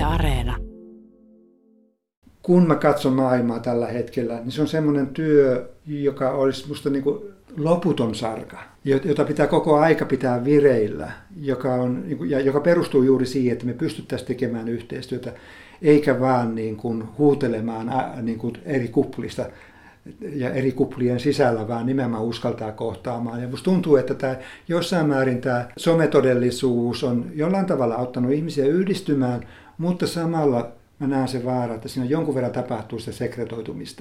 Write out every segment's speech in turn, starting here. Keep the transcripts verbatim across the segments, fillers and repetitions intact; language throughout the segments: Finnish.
Areena. Kun mä katson maailmaa tällä hetkellä, niin se on semmoinen työ, joka olisi musta niin kuin loputon sarka, jota pitää koko aika pitää vireillä, joka, on, ja joka perustuu juuri siihen, että me pystyttäisiin tekemään yhteistyötä, eikä vaan niin kuin huutelemaan niin kuin eri kuplista ja eri kuplien sisällä, vaan nimenomaan uskaltaa kohtaamaan. Ja musta tuntuu, että tämä, jossain määrin tämä sometodellisuus on jollain tavalla auttanut ihmisiä yhdistymään, mutta samalla mä näen se vaara, että siinä jonkun verran tapahtuu sitä sekretoitumista.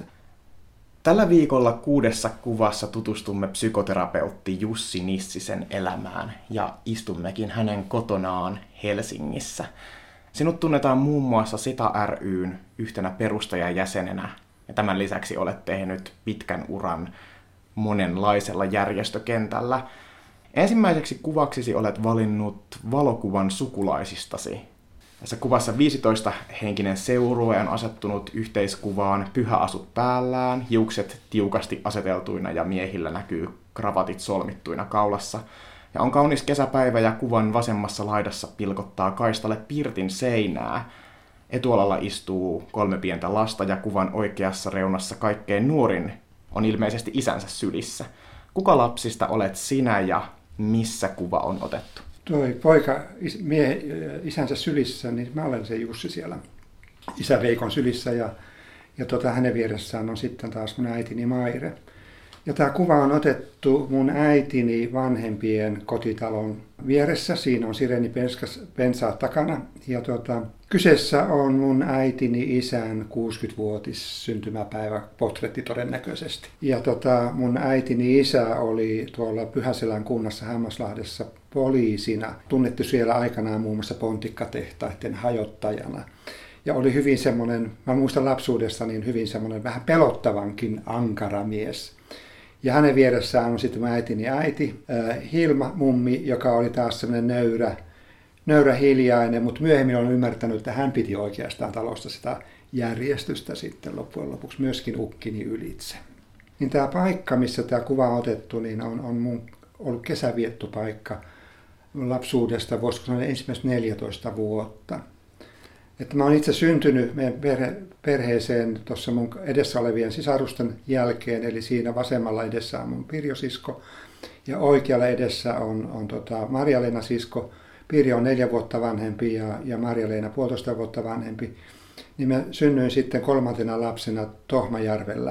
Tällä viikolla kuudessa kuvassa tutustumme psykoterapeutti Jussi Nissisen elämään ja istummekin hänen kotonaan Helsingissä. Sinut tunnetaan muun muassa Sita ry:n yhtenä perustajajäsenenä ja tämän lisäksi olet tehnyt pitkän uran monenlaisella järjestökentällä. Ensimmäiseksi kuvaksisi olet valinnut valokuvan sukulaisistasi. Tässä kuvassa viisitoista-henkinen seurue on asettunut yhteiskuvaan pyhäasut päällään, hiukset tiukasti aseteltuina ja miehillä näkyy kravatit solmittuina kaulassa. Ja on kaunis kesäpäivä ja kuvan vasemmassa laidassa pilkottaa kaistalle pirtin seinää. Etualalla istuu kolme pientä lasta ja kuvan oikeassa reunassa kaikkein nuorin on ilmeisesti isänsä sylissä. Kuka lapsista olet sinä ja missä kuva on otettu? Toi poika is, mie, isänsä sylissä, niin mä olen se Jussi siellä isä Veikon sylissä ja, ja tota, hänen vieressään on sitten taas mun äitini Maire. Ja tämä kuva on otettu mun äitini vanhempien kotitalon vieressä. Siinä on sireenipensaat takana. Ja tota, kyseessä on mun äitini isän kuusikymmenvuotis syntymäpäivä, portretti todennäköisesti. Ja tota, mun äitini isä oli tuolla Pyhäselän kunnassa Hammaslahdessa poliisina. Tunnettu siellä aikanaan muun muassa pontikkatehtaiden hajottajana. Ja oli hyvin semmoinen, mä muistan lapsuudesta, niin hyvin semmoinen vähän pelottavankin ankara mies. Ja hänen vieressään on sitten äitini äiti, äh, Hilma mummi, joka oli taas semmoinen nöyrä, nöyrä hiljainen, mutta myöhemmin olen ymmärtänyt, että hän piti oikeastaan talosta sitä järjestystä sitten loppujen lopuksi myöskin ukkini ylitse. Niin tämä paikka, missä tämä kuva on otettu, niin on, on mun ollut kesäviettopaikka lapsuudesta, voisiko sanoa ensimmäiset neljätoista vuotta. Että mä oon itse syntynyt meidän perhe, perheeseen tuossa mun edessä olevien sisarusten jälkeen, eli siinä vasemmalla edessä on mun Pirjo-sisko ja oikealla edessä on, on tota Marja-Leena sisko. Pirjo on neljä vuotta vanhempi ja, ja Marja-Leena puolitoista vuotta vanhempi. Niin mä synnyin sitten kolmantena lapsena Tohmajärvellä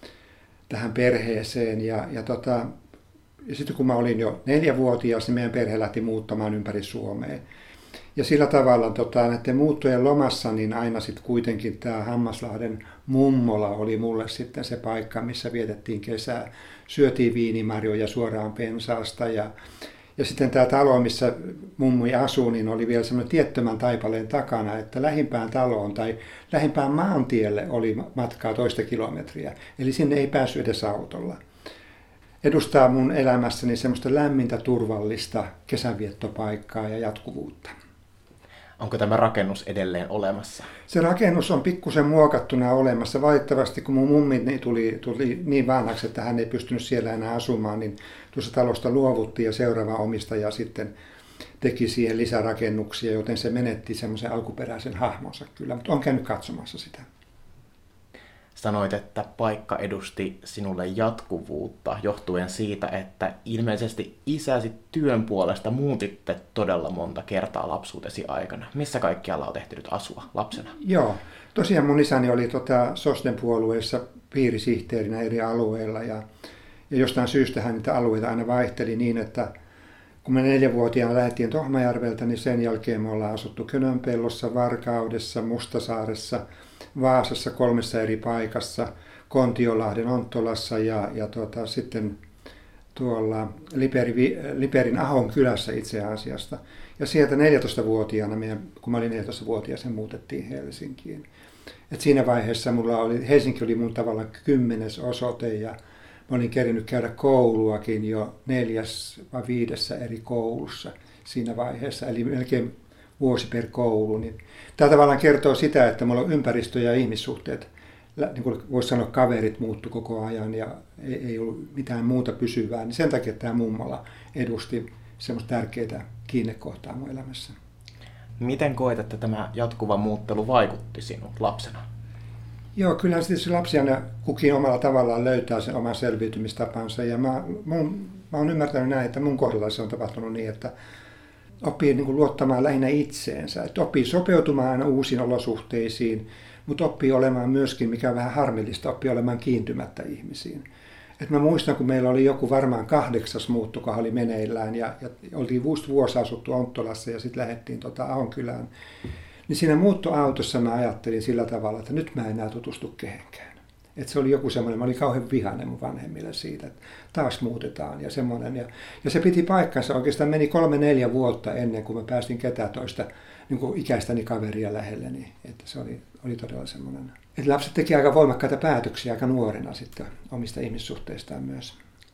tähän perheeseen ja, ja, tota, ja sitten kun mä olin jo neljävuotias, niin meidän perhe lähti muuttamaan ympäri Suomea. Ja sillä tavalla tota, näiden muuttojen lomassa niin aina sitten kuitenkin tämä Hammaslahden mummola oli mulle sitten se paikka, missä vietettiin kesää. Syötiin viinimarjoja suoraan pensaasta ja, ja sitten tämä talo, missä mummi asui, niin oli vielä semmoinen tiettömän taipaleen takana, että lähimpään taloon tai lähimpään maantielle oli matkaa toista kilometriä. Eli sinne ei päässyt edes autolla. Edustaa mun elämässäni semmoista lämmintä, turvallista kesäviettopaikkaa ja jatkuvuutta. Onko tämä rakennus edelleen olemassa? Se rakennus on pikkusen muokattuna olemassa. Valitettavasti kun mun mummi tuli, tuli niin vanhaksi, että hän ei pystynyt siellä enää asumaan, niin tuossa talosta luovuttiin ja seuraava omistaja sitten teki siihen lisärakennuksia, joten se menetti semmoisen alkuperäisen hahmonsa kyllä, mutta on käynyt katsomassa sitä. Sanoit, että paikka edusti sinulle jatkuvuutta johtuen siitä, että ilmeisesti isäsi työn puolesta muutitte todella monta kertaa lapsuutesi aikana. Missä kaikkialla olet ehtinyt asua lapsena? Joo, tosiaan mun isäni oli tota SOSDEn puolueessa piirisihteerinä eri alueilla ja, ja jostain syystä hän niitä alueita aina vaihteli niin, että kun me neljävuotiaana lähdettiin Tohmajärveltä, niin sen jälkeen me ollaan asuttu Könönpellossa, Varkaudessa, Mustasaaressa, Vaasassa kolmessa eri paikassa, Kontiolahden Onttolassa ja, ja tuota, sitten tuolla Liperi, Liperin Ahon kylässä itse asiassa. Ja sieltä neljätoistavuotiaana, meidän, kun mä olin neljätoistavuotias, me muutettiin Helsinkiin. Et siinä vaiheessa mulla oli, Helsinki oli mun tavallaan kymmenes osoite ja mä olin kerinyt käydä kouluakin jo neljäs vai viidessä eri koulussa siinä vaiheessa, eli melkein vuosi per koulu. Niin tämä tavallaan kertoo sitä, että mulla on ympäristö- ja ihmissuhteet, niin kuin voisi sanoa, kaverit muuttu koko ajan ja ei, ei ollut mitään muuta pysyvää. Niin sen takia tämä mummola edusti semmoista tärkeää kiinnekohtaa mun elämässä. Miten koet, että tämä jatkuva muuttelu vaikutti sinut lapsena? Joo, kyllä tietysti lapsi aina kukin omalla tavallaan löytää sen oman selviytymistapansa. Ja mä, mun, mä oon ymmärtänyt näin, että mun kohdalla se on tapahtunut niin, että oppii niin kuin luottamaan lähinnä itseensä. Että oppii sopeutumaan aina uusiin olosuhteisiin, mutta oppii olemaan myöskin, mikä on vähän harmillista, oppii olemaan kiintymättä ihmisiin. Et mä muistan, kun meillä oli joku varmaan kahdeksas muutto, joka oli meneillään, ja, ja oltiin vuosi vuosi asuttu Onttolassa ja sitten lähdettiin tota Ahonkylään. Niin siinä muuttoautossa mä ajattelin sillä tavalla, että nyt mä en enää tutustu kehenkään. Et se oli joku semmoinen, mä olin kauhean vihainen mun vanhemmille siitä, että taas muutetaan ja semmoinen. Ja, ja se piti paikkansa, oikeastaan meni kolme neljä vuotta ennen kuin mä päästin ketään toista niin kuin ikäistäni kaveria lähelleni. Että se oli, oli todella semmoinen. Että lapset teki aika voimakkaita päätöksiä aika nuorena sitten omista ihmissuhteistaan myös.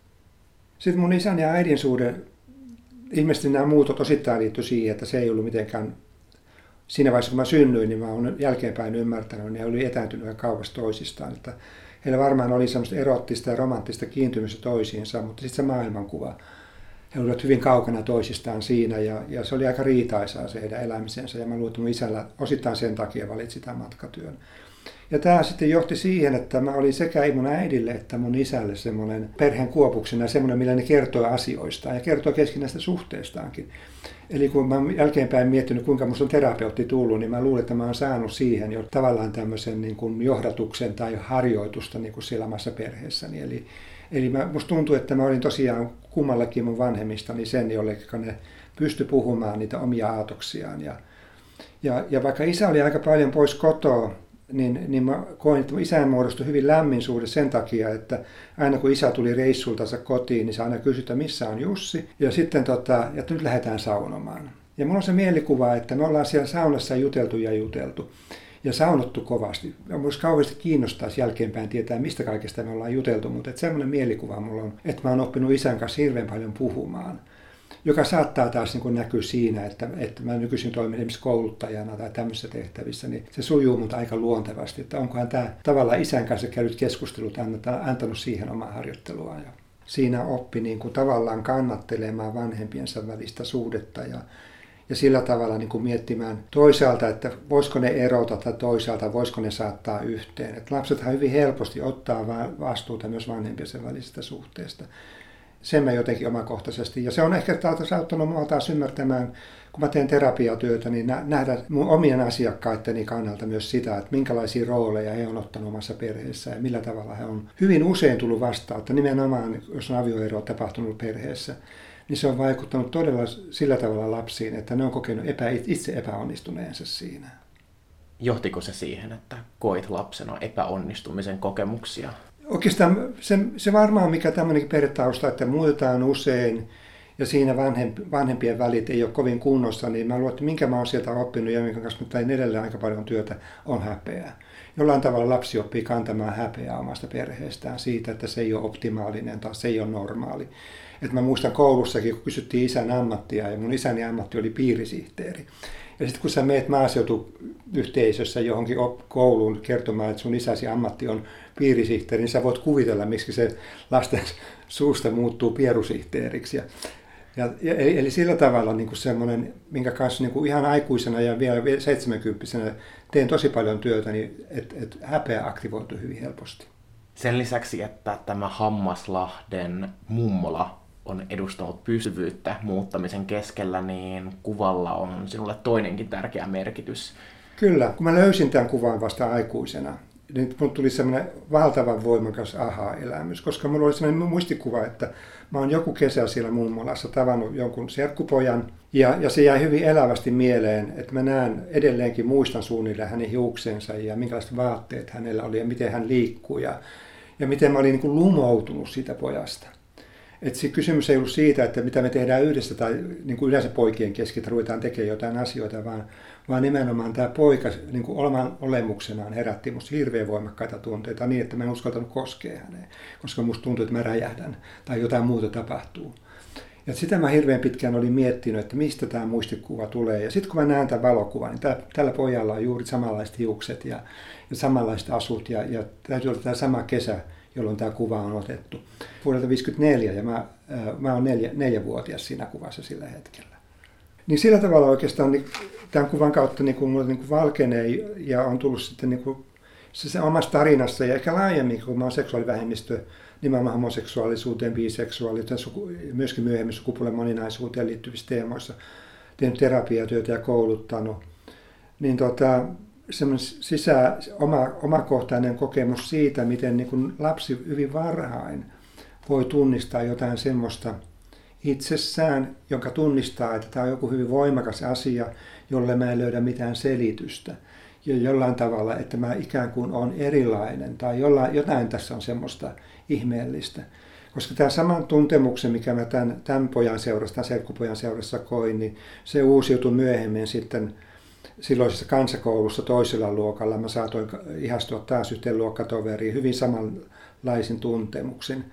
Sitten mun isän ja äidin suhde, ilmeisesti nämä muutot osittain liittyi siihen, että se ei ollut mitenkään. Siinä vaiheessa, kun mä synnyin, niin mä oon jälkeenpäin ymmärtänyt, että ne oli etääntynyt kauas toisistaan. Että heillä varmaan oli semmoista erottista ja romanttista kiintymistä toisiinsa, mutta sitten se maailmankuva. He olivat hyvin kaukana toisistaan siinä ja, ja se oli aika riitaisaa se heidän elämisensä. Ja mä luulen, että mun isällä osittain sen takia valitsi tämän matkatyön. Ja tämä sitten johti siihen, että mä olin sekä mun äidille että mun isälle semmoinen perheen kuopuksena, semmoinen, millä ne kertoo asioistaan ja kertoo keskinäistä suhteestaankin. Eli kun mä oon jälkeenpäin miettinyt, kuinka musta on terapeutti tullut, niin mä luulen, että mä oon saanut siihen jo tavallaan tämmöisen niin kuin johdatuksen tai harjoitusta niin kuin siellä omassa perheessäni. Eli, eli mä, musta tuntuu, että mä olin tosiaan kummallakin mun vanhemmistani sen, jolleka ne pystyi puhumaan niitä omia aatoksiaan. Ja, ja, ja vaikka isä oli aika paljon pois kotoa, Niin, niin mä koin, että isään muodostui hyvin lämmin suhde sen takia, että aina kun isä tuli reissultansa kotiin, niin se aina kysyi, että missä on Jussi, ja sitten tota, ja nyt lähdetään saunomaan. Ja mulla on se mielikuva, että me ollaan siellä saunassa juteltu ja juteltu, ja saunottu kovasti. Myös kauheasti kiinnostaisi jälkeenpäin tietää, mistä kaikesta me ollaan juteltu, mutta että semmoinen mielikuva mulla on, että mä oon oppinut isän kanssa hirveän paljon puhumaan. Joka saattaa taas niin kuin näkyä siinä, että, että mä nykyisin toimin esimerkiksi kouluttajana tai tämmöisissä tehtävissä, niin se sujuu mut aika luontevasti, että onkohan tämä tavallaan isän kanssa käydyt keskustelut antanut siihen omaa harjoittelua. Ja siinä oppi niin kuin tavallaan kannattelemaan vanhempiensa välistä suhdetta ja, ja sillä tavalla niin kuin miettimään toisaalta, että voisiko ne erota tai toisaalta voisiko ne saattaa yhteen. Että lapsethan hyvin helposti ottaa vastuuta myös vanhempiensa välisestä suhteesta. Sen mä jotenkin omakohtaisesti. Ja se on ehkä saattanut minua taas ymmärtämään, kun mä teen terapiatyötä, niin nähdä mun omien asiakkaitteni kannalta myös sitä, että minkälaisia rooleja he on ottanut omassa perheessä ja millä tavalla he on hyvin usein tullut vastaan, että nimenomaan jos on avioero tapahtunut perheessä, niin se on vaikuttanut todella sillä tavalla lapsiin, että ne on kokenut epä, itse epäonnistuneensa siinä. Johtiko se siihen, että koit lapsena epäonnistumisen kokemuksia? Oikeastaan se, se varmaan mikä tämmöinenkin perhetausta, että muutetaan usein ja siinä vanhempi, vanhempien välit ei ole kovin kunnossa, niin mä luulen, että minkä mä oon sieltä oppinut ja minkä kanssa mä tein edelleen aika paljon työtä, on häpeä. Jollain tavalla lapsi oppii kantamaan häpeää omasta perheestään siitä, että se ei ole optimaalinen tai se ei ole normaali. Et mä muistan koulussakin, kun kysyttiin isän ammattia ja mun isäni ammatti oli piirisihteeri. Ja sitten kun sä meet maaseutuyhteisössä johonkin kouluun kertomaan, että sun isäsi ammatti on piirisihteeri, niin sä voit kuvitella, miksi se lasten suusta muuttuu pierusihteeriksi. Ja, ja, eli, eli sillä tavalla niin kuin semmoinen, minkä kanssa niin kuin ihan aikuisena ja vielä seitsemänkymppisenä teen tosi paljon työtä, niin että et häpeä aktivoituu hyvin helposti. Sen lisäksi, että tämä Hammaslahden mummola on edustanut pysyvyyttä muuttamisen keskellä, niin kuvalla on sinulle toinenkin tärkeä merkitys. Kyllä, kun mä löysin tämän kuvan vasta aikuisena, niin mun tuli semmoinen valtavan voimakas aha-elämys, koska mulla oli semmoinen muistikuva, että mä oon joku kesä siellä mummolassa tavannut jonkun serkkupojan, ja, ja se jäi hyvin elävästi mieleen, että mä näen edelleenkin, muistan suunnilleen hänen hiuksensa ja minkälaiset vaatteet hänellä oli ja miten hän liikkuu ja, ja miten mä olin niin kuin lumoutunut siitä pojasta. Että se kysymys ei ollut siitä, että mitä me tehdään yhdessä tai niin kuin yleensä poikien kesken, että ruvetaan tekemään jotain asioita, vaan, vaan nimenomaan tämä poika niin kuin oman olemuksenaan herätti musta hirveän voimakkaita tunteita niin, että mä en uskaltanut koskea häneen, koska musta tuntui, että mä räjähdän tai jotain muuta tapahtuu. Ja sitä mä hirveän pitkään olin miettinyt, että mistä tämä muistikuva tulee. Ja sitten kun mä näen tämän valokuvan, niin tää, tällä pojalla on juuri samanlaiset hiukset ja, ja samanlaiset asut ja, ja täytyy olla tämä sama kesä, jolloin tämä kuva on otettu. Vuodelta viisikymmentäneljä ja mä, äh, mä oon neljä, neljävuotias siinä kuvassa sillä hetkellä. Niin sillä tavalla oikeastaan niin, tämän kuvan kautta niin kuin, niin kuin valkenee ja on tullut sitten niin kuin, se, se omassa tarinassa ja ehkä laajemmin, kun mä oon seksuaalivähemmistö, nimenomaan homoseksuaalisuuteen, biseksuaalisuuteen, suku, myöskin myöhemmin sukupuolen moninaisuuteen liittyvissä teemoissa, tehnyt terapiatyötä ja kouluttanut, niin tota, semmoinen sisä, oma, omakohtainen kokemus siitä, miten niin kuin lapsi hyvin varhain voi tunnistaa jotain semmoista itsessään, jonka tunnistaa, että tämä on joku hyvin voimakas asia, jolle mä en löydä mitään selitystä. Ja jollain tavalla, että mä ikään kuin olen erilainen tai jollain, jotain tässä on semmoista ihmeellistä. Koska tämä saman tuntemuksen, mikä mä tämän, tämän pojan seurassa, tämän serkkupojan seurassa koin, niin se uusiutui myöhemmin sitten silloisessa kansakoulussa toisella luokalla. Mä saatoin ihastua taas yhteen luokkatoveriin hyvin samanlaisin tuntemuksin.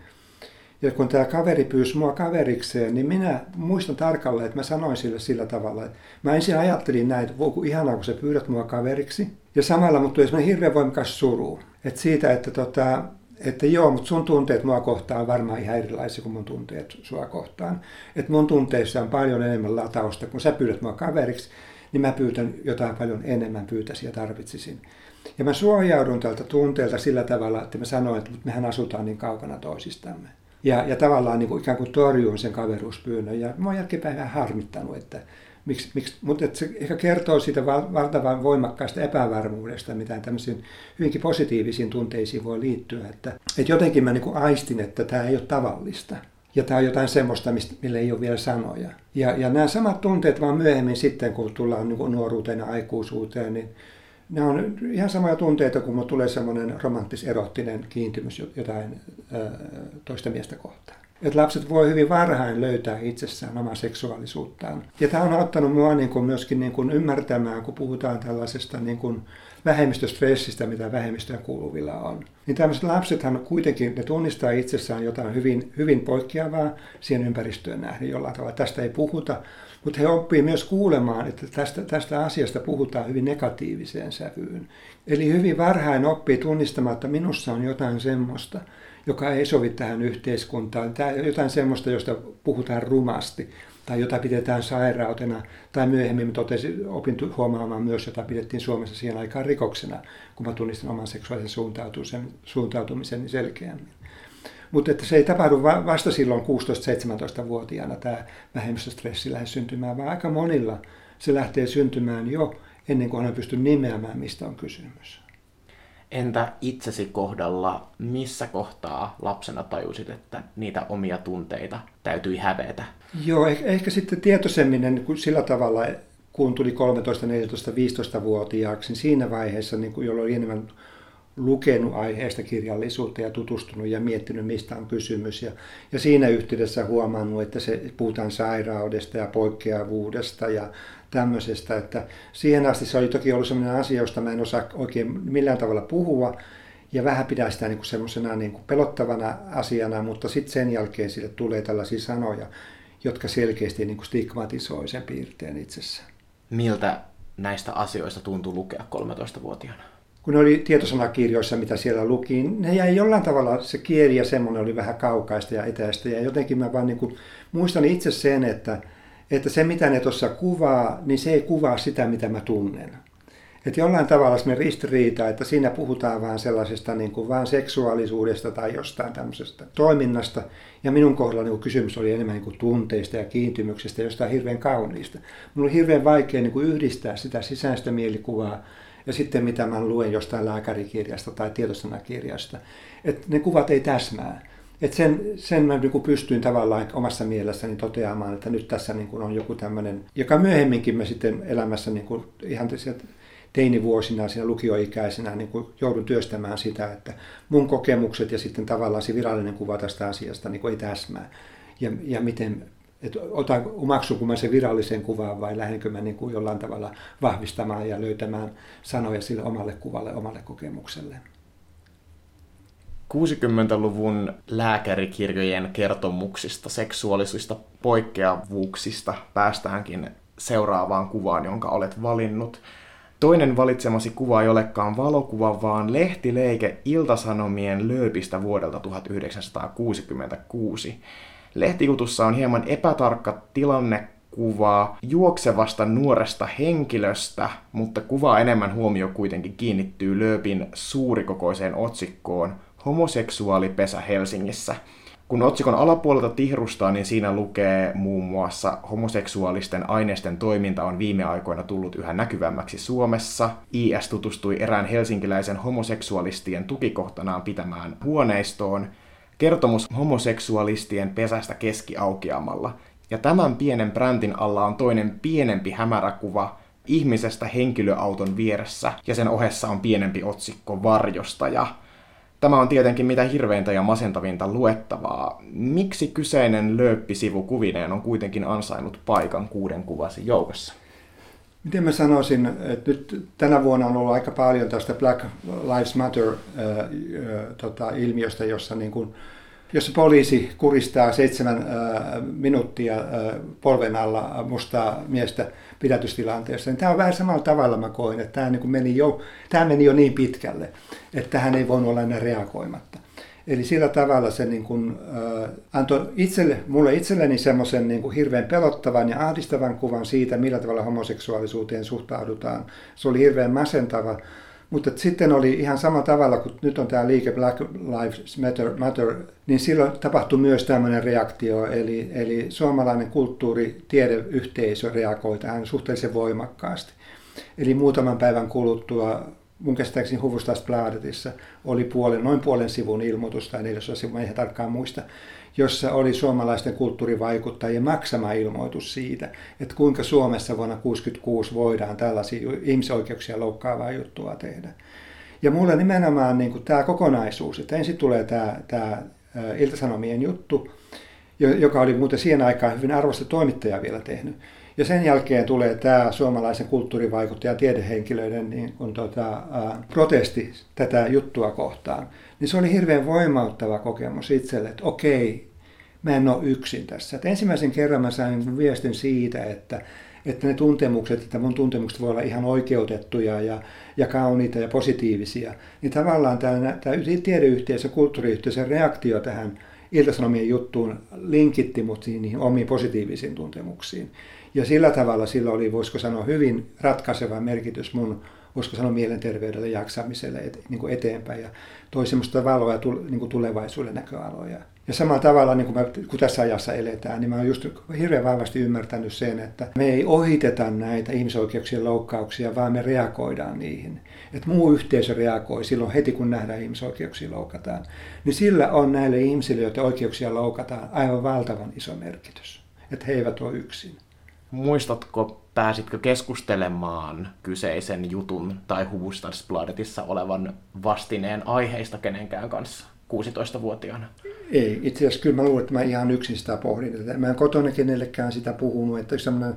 Ja kun tämä kaveri pyysi mua kaverikseen, niin minä muistan tarkalleen, että mä sanoin sille sillä tavalla, että mä ensin ajattelin näin, että voi ihanaa, kun sä pyydät mua kaveriksi. Ja samalla mut tuli semmoinen hirveän voimakas suru. Että siitä, että, tota, että joo, mutta sun tunteet mua kohtaan on varmaan ihan erilaisia kuin mun tunteet sua kohtaan. Että mun tunteissa on paljon enemmän latausta, kun sä pyydät mua kaveriksi, niin mä pyydän jotain paljon enemmän, pyytäisin ja tarvitsisin. Ja mä suojaudun tältä tunteelta sillä tavalla, että mä sanoin, että mehän asutaan niin kaukana toisistamme. Ja, ja tavallaan niin kuin ikään kuin torjuin sen kaveruuspyynnön. Ja mä oon jälkeenpäin vähän harmittanut, että miksi, miksi, mutta että se ehkä kertoo siitä valtavan voimakkaasta epävarmuudesta, mitä tämmöisiin hyvinkin positiivisiin tunteisiin voi liittyä. Että, että jotenkin mä niin kuin aistin, että tämä ei ole tavallista. Ja tämä on jotain semmoista, mille ei ole vielä sanoja. Ja, ja nämä samat tunteet vaan myöhemmin sitten, kun tullaan niin kuin nuoruuteen ja aikuisuuteen, niin ne on ihan samoja tunteita, kun mulle tulee semmoinen romanttis-erottinen kiintymys jotain ää, toista miestä kohtaan. Että lapset voi hyvin varhain löytää itsessään omaa seksuaalisuuttaan. Ja tämä on auttanut mua niin kuin myöskin niin kuin ymmärtämään, kun puhutaan tällaisesta niin kuin vähemmistöstressistä, mitä vähemmistöön kuuluvilla on. Niin tämmöiset lapsethan kuitenkin, ne tunnistaa itsessään jotain hyvin, hyvin poikkeavaa siihen ympäristöön nähden jollain tavalla. Tästä ei puhuta, mutta he oppii myös kuulemaan, että tästä, tästä asiasta puhutaan hyvin negatiiviseen sävyyn. Eli hyvin varhain oppii tunnistamaan, että minussa on jotain semmoista, joka ei sovi tähän yhteiskuntaan. Tämä on jotain semmoista, josta puhutaan rumasti tai jota pidetään sairautena. Tai myöhemmin totesin, opin huomaamaan myös, jota pidettiin Suomessa siihen aikaan rikoksena, kun mä tunnistin oman seksuaalisen suuntautumisen, suuntautumisen selkeämmin. Mutta että se ei tapahdu vasta silloin kuusitoista-seitsemäntoista-vuotiaana tämä vähemmistöstressi lähde syntymään, vaan aika monilla se lähtee syntymään jo ennen kuin hän pystyy nimeämään, mistä on kysymys. Entä itsesi kohdalla, missä kohtaa lapsena tajusit, että niitä omia tunteita täytyi hävetä? Joo, ehkä sitten tietoisemmin sillä tavalla, kun tuli kolmetoista, neljätoista, viisitoista-vuotiaaksi, niin siinä vaiheessa, niin kun, jolloin oli enemmän lukenut aiheesta kirjallisuutta ja tutustunut ja miettinyt, mistä on kysymys. Ja, ja siinä yhteydessä huomannut, että se puhutaan sairaudesta ja poikkeavuudesta ja tämmöisestä. Että siihen asti se oli toki ollut sellainen asia, josta mä en osaa oikein millään tavalla puhua. Ja vähän pidää sitä niin kuin semmoisena niin kuin pelottavana asiana, mutta sitten sen jälkeen sille tulee tällaisia sanoja, jotka selkeästi niin kuin stigmatisoi sen piirteen itsessään. Miltä näistä asioista tuntui lukea kolmetoistavuotiaana? Kun ne oli tietosanakirjoissa, mitä siellä luki, ne jäi jollain tavalla, se kieli ja semmoinen oli vähän kaukaista ja etäistä. Ja jotenkin mä vaan niin kuin muistan itse sen, että, että se mitä ne tuossa kuvaa, niin se ei kuvaa sitä, mitä mä tunnen. Että jollain tavalla se ristiriita, että siinä puhutaan vaan sellaisesta niin kuin vaan seksuaalisuudesta tai jostain tämmöisestä toiminnasta. Ja minun kohdalla niin kuin kysymys oli enemmän niin kuin tunteista ja kiintymyksestä, jostain hirveän kauniista. Minulla oli hirveän vaikea niin kuin yhdistää sitä sisäistä mielikuvaa ja sitten mitä mä luen jostain lääkärikirjasta tai tietosanakirjasta. Että ne kuvat ei täsmää. Et sen, sen mä niin kuin pystyin tavallaan omassa mielessäni toteamaan, että nyt tässä niin kuin on joku tämmöinen, joka myöhemminkin mä sitten elämässä niin kuin ihan teinivuosina, siinä lukioikäisenä niin kuin joudun työstämään sitä, että mun kokemukset ja sitten tavallaan se virallinen kuva tästä asiasta niin kuin ei täsmää. Ja, ja miten, että otan, omaksunko mä sen virallisen kuvan vai lähdenkö mä niin kuin jollain tavalla vahvistamaan ja löytämään sanoja sille omalle kuvalle, omalle kokemukselle. kuusikymmentäluvun lääkärikirjojen kertomuksista seksuaalisista poikkeavuuksista päästäänkin seuraavaan kuvaan, jonka olet valinnut. Toinen valitsemasi kuva ei olekaan valokuva, vaan lehtileike Ilta-Sanomien lööpistä vuodelta tuhatyhdeksänsataakuusikymmentäkuusi. Lehtijutussa on hieman epätarkka tilannekuva kuva juoksevasta nuoresta henkilöstä, mutta kuvaa enemmän huomio kuitenkin kiinnittyy Loebin suurikokoiseen otsikkoon Homoseksuaalipesä Helsingissä. Kun otsikon alapuolelta tihrustaa, niin siinä lukee muun muassa homoseksuaalisten aineisten toiminta on viime aikoina tullut yhä näkyvämmäksi Suomessa. I S tutustui erään helsinkiläisen homoseksualistien tukikohtanaan pitämään huoneistoon. Kertomus homoseksualistien pesästä keskiaukeamalla. Ja tämän pienen brändin alla on toinen pienempi hämärä kuva ihmisestä henkilöauton vieressä, ja sen ohessa on pienempi otsikko varjostaja. Tämä on tietenkin mitä hirveintä ja masentavinta luettavaa. Miksi kyseinen Loeb-sivu kuvineen on kuitenkin ansainnut paikan kuuden kuvasi joukossa? Miten mä sanoisin, että nyt tänä vuonna on ollut aika paljon tästä Black Lives Matter-ilmiöstä, jossa, niin kuin, jossa poliisi kuristaa seitsemän ää, minuuttia ää, polven alla mustaa miestä pidätystilanteessa. Tämä on vähän samalla tavalla, mä koin, että tämä, niin kuin meni, jo, tämä meni jo niin pitkälle, että tähän ei voinut olla enää reagoimatta. Eli sillä tavalla se niin kuin, äh, antoi itselle, mulle itselleni semmoisen niin kuin hirveän pelottavan ja ahdistavan kuvan siitä, millä tavalla homoseksuaalisuuteen suhtaudutaan. Se oli hirveän masentava, mutta sitten oli ihan samalla tavalla, kun nyt on tämä liike Black Lives Matter, Matter niin silloin tapahtui myös tämmöinen reaktio, eli, eli suomalainen kulttuuri, tiedeyhteisö reagoi tähän suhteellisen voimakkaasti. Eli muutaman päivän kuluttua, mun käsittääkseni Hufvudstadsbladetissa oli puolen, noin puolen sivun ilmoitus, tai neljäsosa sivun, mä en tarkkaan muista, jossa oli suomalaisten kulttuurivaikuttajien maksama ilmoitus siitä, että kuinka Suomessa vuonna tuhatyhdeksänsataakuusikymmentäkuusi voidaan tällaisia ihmisoikeuksia loukkaavaa juttua tehdä. Ja mulle nimenomaan niin kuin tämä kokonaisuus, että ensin tulee tämä, tämä Ilta-Sanomien juttu, joka oli muuten siihen aikaan hyvin arvostettu toimittaja vielä tehnyt. Ja sen jälkeen tulee tämä suomalaisen kulttuurivaikuttajan tiedehenkilöiden niin kun, tota, ää, protesti tätä juttua kohtaan. Niin se oli hirveän voimauttava kokemus itselle, että okei, mä en ole yksin tässä. Et ensimmäisen kerran mä sain viestin siitä, että, että ne tuntemukset, että mun tuntemukset voi olla ihan oikeutettuja ja, ja kauniita ja positiivisia. Niin tavallaan tämä, tämä tiedeyhteisö, kulttuuriyhteisön reaktio tähän Ilta-Sanomien juttuun linkitti mut niihin omiin positiivisiin tuntemuksiin. Ja sillä tavalla sillä oli, voisiko sanoa, hyvin ratkaiseva merkitys mun, voisiko sanoa, mielenterveydelle ja jaksamiselle et, niin kuin eteenpäin ja toi semmoista valoa ja tu, niin kuin tulevaisuuden näköaloja. Ja samalla tavalla, niin kuin mä, kun tässä ajassa eletään, niin mä oon just hirveän vahvasti ymmärtänyt sen, että me ei ohiteta näitä ihmisoikeuksien loukkauksia, vaan me reagoidaan niihin. Että muu yhteisö reagoi silloin heti, kun nähdään ihmisoikeuksia loukataan. Niin sillä on näille ihmisille, joita oikeuksia loukataan, aivan valtavan iso merkitys. Että he eivät ole yksin. Muistatko, pääsitkö keskustelemaan kyseisen jutun tai Hufvudstadsbladetissa olevan vastineen aiheista kenenkään kanssa kuusitoistavuotiaana? Ei, itse asiassa kyllä mä luulen, että mä ihan yksin sitä pohdin. Mä en kotona kenellekään sitä puhunut. Että sellainen...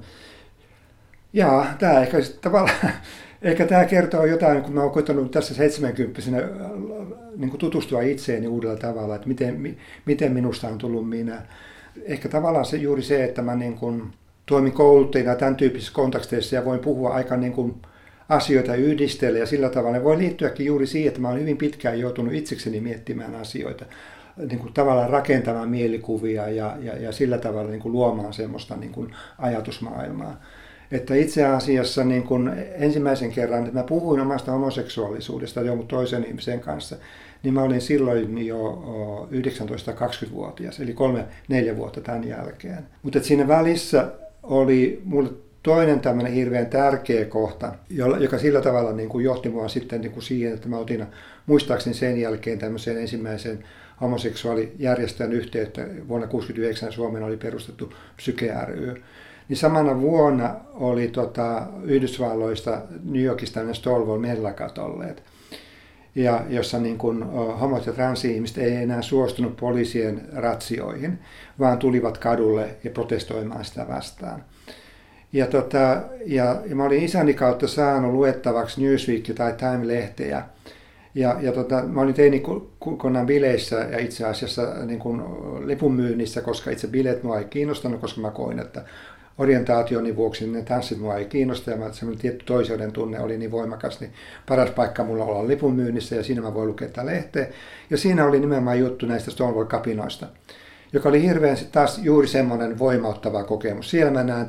Jaa, tämä ehkä tavallaan... Ehkä tämä kertoo jotain, kun mä oon koittanut tässä seitsemänkymppisenä niin tutustua itseeni uudella tavalla, että miten, miten minusta on tullut minä. Ehkä tavallaan se, juuri se, että mä niin kuin toimin kouluttajina tämän tyyppisissä konteksteissa ja voin puhua aika niin kuin asioita yhdistellä ja sillä tavalla. Ne voi liittyäkin juuri siihen, että mä oon hyvin pitkään joutunut itsekseni miettimään asioita, niin kuin tavallaan rakentamaan mielikuvia ja, ja, ja sillä tavalla niin kuin luomaan semmoista niin kuin ajatusmaailmaa. Että itse asiassa niin kun ensimmäisen kerran, että mä puhuin omasta homoseksuaalisuudesta jonkun toisen ihmisen kanssa, niin mä olin silloin jo yhdeksäntoista-kaksikymmentävuotias, eli kolme neljä vuotta tämän jälkeen. Mutta siinä välissä oli mulle toinen tämmöinen hirveän tärkeä kohta, joka sillä tavalla niin kuin johti mua sitten niin kuin siihen, että mä otin muistaakseni sen jälkeen tämmöisen ensimmäisen homoseksuaalijärjestön yhteyttä. Vuonna tuhatyhdeksänsataakuusikymmentäyhdeksän Suomeen oli perustettu Psyke ry. Niin samana vuonna oli tota, Yhdysvalloista New Yorkista tämmöinen Stonewall mellakat olleet, ja jossa niin kun, homot ja transihmiset ei enää suostunut poliisien ratsioihin, vaan tulivat kadulle ja protestoimaan sitä vastaan. Ja, tota, ja, ja mä olin isäni kautta saanut luettavaksi Newsweek- tai Time-lehtejä. Ja, ja tota, mä olin teinikunnan bileissä ja itse asiassa niin kun lipunmyynnissä, koska itse bileet mua ei kiinnostanut, koska mä koin, että orientaationi vuoksi ne tanssit mua ei kiinnosta ja semmoinen tietty toiseuden tunne oli niin voimakas, niin paras paikka mulla olla lipunmyynnissä ja siinä mä voin lukea tätä lehteä. Ja siinä oli nimenomaan juttu näistä Stonewall-kapinoista, joka oli hirveän taas juuri semmoinen voimauttava kokemus. Siellä mä näen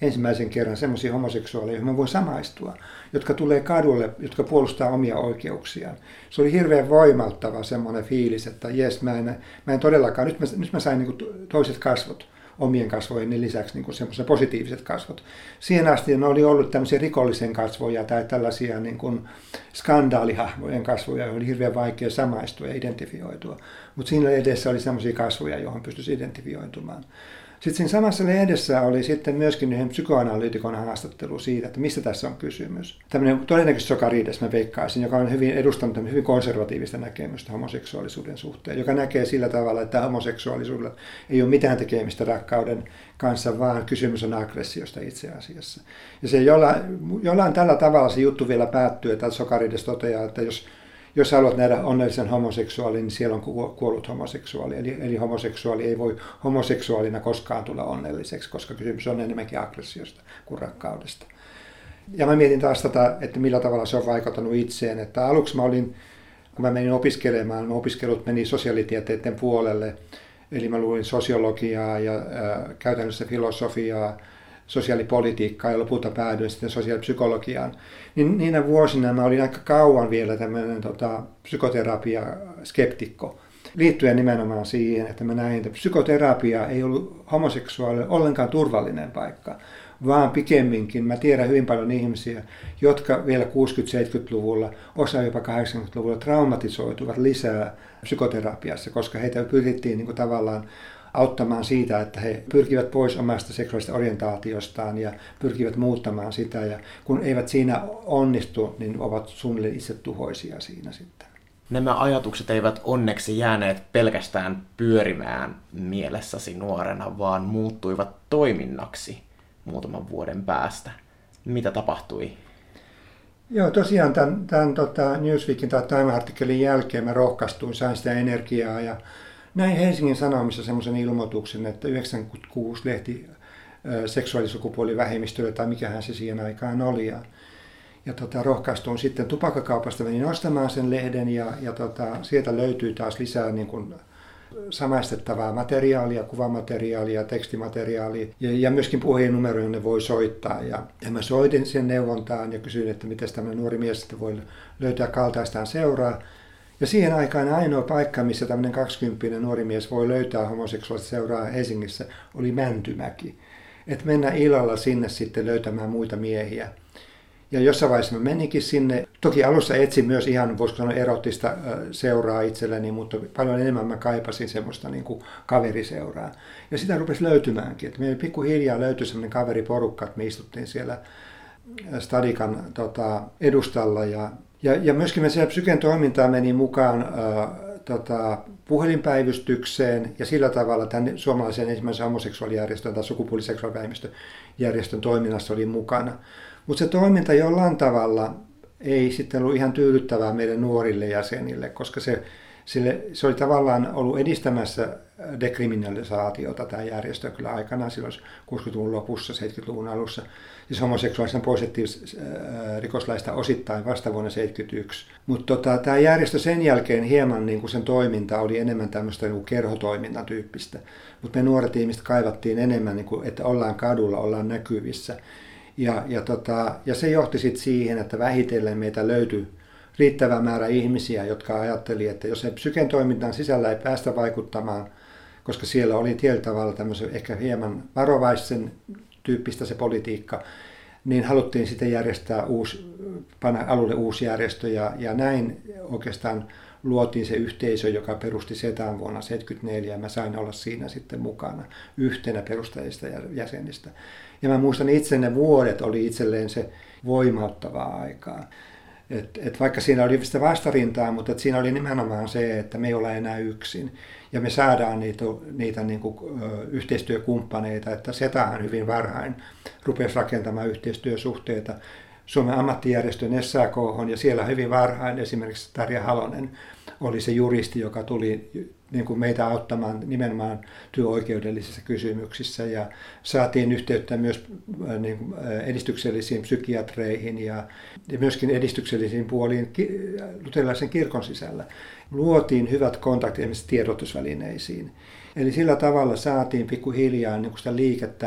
ensimmäisen kerran semmoisia homoseksuaaleja, joihin mä voin samaistua, jotka tulee kadulle, jotka puolustaa omia oikeuksiaan. Se oli hirveän voimaltava semmoinen fiilis, että jes, mä en, mä en todellakaan, nyt mä, nyt mä sain niin kuin toiset kasvot omien kasvojen lisäksi niin semmoiset positiiviset kasvot. Siihen asti ne oli ollut tämmöisiä rikollisen kasvoja tai tällaisia niin kuin skandaalihahmojen kasvoja, joihin oli hirveän vaikea samaistua ja identifioitua. Mutta siinä edessä oli semmoisia kasvoja, johon pystyisi identifioitumaan. Sitten siinä samassa lehdessä oli sitten myöskin yhden psykoanalyytikon haastattelu siitä, että mistä tässä on kysymys. Tämmöinen todennäköisesti Sokarides, mä veikkaisin, joka on hyvin edustanut hyvin konservatiivista näkemystä homoseksuaalisuuden suhteen, joka näkee sillä tavalla, että homoseksuaalisuudella ei ole mitään tekemistä rakkauden kanssa, vaan kysymys on aggressiosta itse asiassa. Ja se jollain, jollain tällä tavalla se juttu vielä päättyy, että Sokarides toteaa, että jos Jos haluat nähdä onnellisen homoseksuaalin, niin siellä on kuollut homoseksuaali. Eli, eli homoseksuaali ei voi homoseksuaalina koskaan tulla onnelliseksi, koska kysymys on enemmänkin aggressiosta kuin rakkaudesta. Ja mä mietin taas tätä, että millä tavalla se on vaikuttanut itseen. Että aluksi mä olin, kun mä menin opiskelemaan, mä opiskelut meni sosiaalitieteiden puolelle. Eli mä luin sosiologiaa ja äh, käytännössä filosofiaa, sosiaalipolitiikkaa ja lopulta päädyin sitten sosiaalipsykologiaan. Niin niinä vuosina mä olin aika kauan vielä tämmöinen tota, psykoterapia-skeptikko. Liittyen nimenomaan siihen, että mä näin, että psykoterapia ei ollut homoseksuaalille ollenkaan turvallinen paikka, vaan pikemminkin mä tiedän hyvin paljon ihmisiä, jotka vielä kuusikymmentä-seitsemänkymmentäluvulla, osa jopa kahdeksankymmentäluvulla traumatisoituvat lisää psykoterapiassa, koska heitä pyrittiin niin kuin tavallaan auttamaan siitä, että he pyrkivät pois omasta seksuaalisesta orientaatiostaan ja pyrkivät muuttamaan sitä. Ja kun eivät siinä onnistu, niin ovat suunnilleen itsetuhoisia siinä sitten. Nämä ajatukset eivät onneksi jääneet pelkästään pyörimään mielessäsi nuorena, vaan muuttuivat toiminnaksi muutaman vuoden päästä. Mitä tapahtui? Joo, tosiaan tämän, tämän tota Newsweekin tai Time-artikkelin jälkeen mä rohkaistuin, sain sitä energiaa ja näin Helsingin Sanomissa semmoisen ilmoituksen, että yhdeksänkymmentäkuusi lehti seksuaalisukupuolivähemmistölle tai mikähän se siihen aikaan oli. Ja, ja tota, rohkaistuin sitten tupakkakaupasta, menin ostamaan sen lehden ja, ja tota, sieltä löytyy taas lisää niin kuin samaistettavaa materiaalia, kuvamateriaalia, tekstimateriaalia ja, ja myöskin puhelinnumero, jonne voi soittaa. Ja, ja mä soitin sen neuvontaan ja kysyin, että miten tämmöinen nuori mies sitten voi löytää kaltaistaan seuraa. Ja siihen aikaan ainoa paikka, missä tämmöinen kaksikymppinen nuori mies voi löytää homoseksuaalista seuraa Helsingissä, oli Mäntymäki. Että mennä illalla sinne sitten löytämään muita miehiä. Ja jossain vaiheessa mä menikin sinne. Toki alussa etsin myös ihan, voisiko sanoa, erottista seuraa itselleni, mutta paljon enemmän mä kaipasin semmoista niin kuin kaveriseuraa. Ja sitä rupesi löytymäänkin. Että meillä pikkuhiljaa löytyi semmoinen kaveriporukka, että me istuttiin siellä Stadikan tota, edustalla ja Ja, ja myöskin me siellä Psyken toimintaan meni mukaan ää, tota, puhelinpäivystykseen ja sillä tavalla tämän suomalaisen ensimmäisen homoseksuaalijärjestön tai sukupuoliseksuaalivähemmistöjärjestön toiminnassa oli mukana. Mutta se toiminta jollain tavalla ei sitten ollut ihan tyydyttävää meidän nuorille jäsenille, koska se, sille, se oli tavallaan ollut edistämässä dekriminalisaatiota tämä järjestö kyllä aikanaan silloin kuusikymmentäluvun lopussa, seitsemänkymmentäluvun alussa. Siis homoseksuaalisen poistettiin rikoslaista osittain vasta vuonna tuhatyhdeksänsataaseitsemänkymmentäyksi. Mutta tota, tämä järjestö sen jälkeen hieman niin kuin sen toiminta oli enemmän tämmöistä niin kuin kerhotoiminnan tyyppistä. Mutta me nuoret ihmiset kaivattiin enemmän, niin kuin, että ollaan kadulla, ollaan näkyvissä. Ja, ja, tota, ja se johti sitten siihen, että vähitellen meitä löytyi riittävä määrä ihmisiä, jotka ajatteli, että jos ei Psyken toimintaan sisällä ei päästä vaikuttamaan, koska siellä oli tietyllä tavalla tämmöisen ehkä hieman varovaisen tyyppistä se politiikka, niin haluttiin sitten järjestää uusi, panna alulle uusi järjestö ja, ja näin oikeastaan luotiin se yhteisö, joka perusti Setaan vuonna tuhatyhdeksänsataaseitsemänkymmentäneljä ja mä sain olla siinä sitten mukana yhtenä perustajista ja jäsenistä. Ja mä muistan itse ne vuodet oli itselleen se voimauttavaa aikaa. Et, et vaikka siinä oli sitä vastarintaa, mutta siinä oli nimenomaan se, että me ei olla enää yksin. Ja me saadaan niitä, niitä niin kuin, ö, yhteistyökumppaneita, että Setahan hyvin varhain rupesi rakentamaan yhteistyösuhteita Suomen ammattijärjestön S A K:hon, ja siellä hyvin varhain esimerkiksi Tarja Halonen oli se juristi, joka tuli niin kuin meitä auttamaan nimenomaan työoikeudellisissa kysymyksissä, ja saatiin yhteyttä myös niin kuin edistyksellisiin psykiatreihin ja, ja myöskin edistyksellisiin puoliin luterilaisen kirkon sisällä. Luotiin hyvät kontaktit esimerkiksi tiedotusvälineisiin. Eli sillä tavalla saatiin pikkuhiljaa niin kuin sitä liikettä